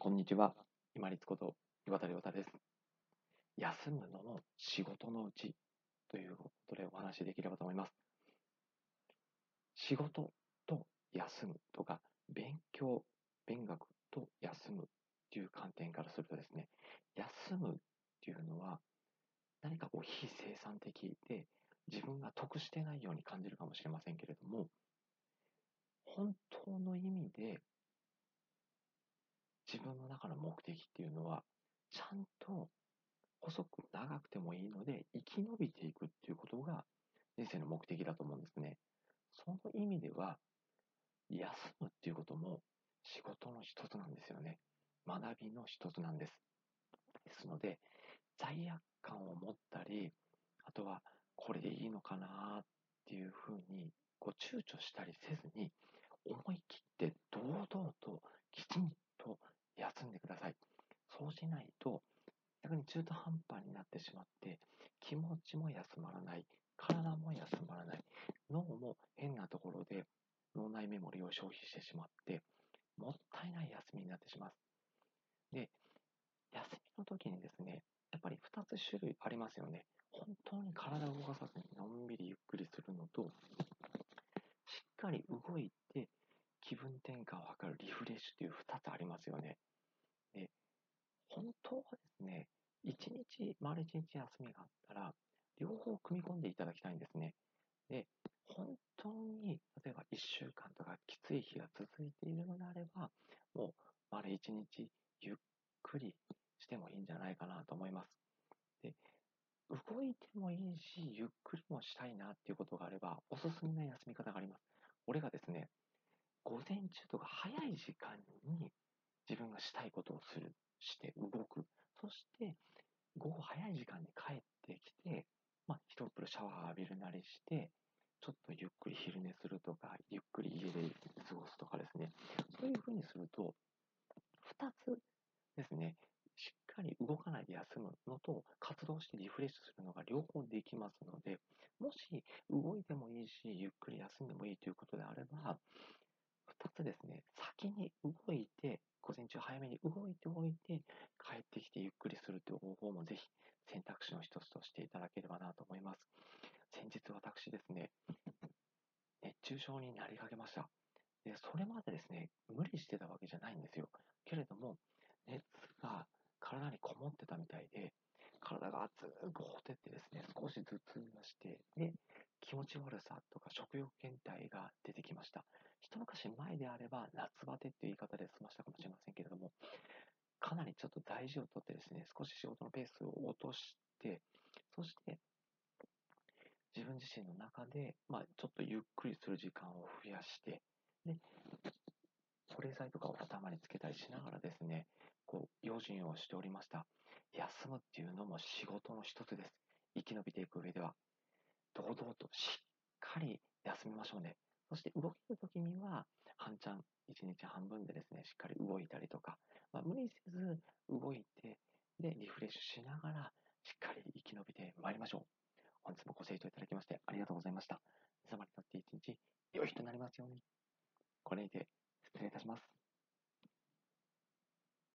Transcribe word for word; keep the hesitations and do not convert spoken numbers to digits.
こんにちは。今立こと岩田亮太です。休むのも仕事のうちということでお話しできればと思います。仕事と休むとか、勉強、勉学と休むという観点からするとですね、休むっていうのは何かこう非生産的で自分が得してないように感じるかもしれませんけれども、本当の意味で自分の中の目的っていうのは、ちゃんと細く長くてもいいので生き延びていくっていうことが人生の目的だと思うんですね。その意味では、休むっていうことも仕事の一つなんですよね。学びの一つなんです。ですので、罪悪感を持ったり、あとはこれでいいのかなっていうふうにこう躊躇したりせずに、思い切って堂々ときちんと休んでください。そうしないと逆に中途半端になってしまって、気持ちも休まらない、体も休まらない、脳も変なところで脳内メモリを消費してしまって、もったいない休みになってしまう。で、休みの時にですね、やっぱりふたつ種類ありますよね。本当に体を動かさずにのんびりゆっくりするのと、しっかり動いて気分転換を図るリフレッシュというふたつありますよね。で、本当はですね、一日、丸一日休みがあったら、両方組み込んでいただきたいんですね。で、本当に、例えばいっしゅうかんとかきつい日が続いているのであれば、もう丸一日ゆっくりしてもいいんじゃないかなと思います。で、動いてもいいし、ゆっくりもしたいなっていうことがあれば、おすすめの休み方があります。これがですね、午前中とか早い時間に自分がしたいことをする、して動く。そして、午後早い時間に帰ってきて、まあ、一風呂シャワー浴びるなりして、ちょっとゆっくり昼寝するとか、ゆっくり家で過ごすとかですね。そういうふうにすると、ふたつですね、しっかり動かないで休むのと、活動してリフレッシュするのが両方できますので、もし動いてもいいし、ゆっくり休んでもいいということであれば、ふたつですね、先に動いて、午前中早めに動いておいて、帰ってきてゆっくりするという方法もぜひ選択肢の一つとしていただければなと思います。先日私ですね、熱中症になりかけました。で、それまでですね、無理してたわけじゃないんですよ。けれども、熱が体にこもってたみたいで、体が熱くほてってですね、少し頭痛がして、で、気持ち悪さとか食欲減退が出てきました。一昔前であれば夏バテっていう言い方で済ましたかもしれませんけれども、かなりちょっと大事をとってですね、少し仕事のペースを落として、そして自分自身の中で、まあ、ちょっとゆっくりする時間を増やして、で、保冷剤とかを頭につけたりしながらですね、こう、用心をしておりました。休むっていうのも仕事の一つです。生き延びていく上では、堂々としっかり休みましょうね。そして動けるときには、半チャン、一日半分でですね、しっかり動いたりとか、まあ、無理せず動いて、で、リフレッシュしながら、しっかり生き延びてまいりましょう。本日もご清聴いただきましてありがとうございました。皆様にとって一日良い日となりますように。これにて失礼いたします。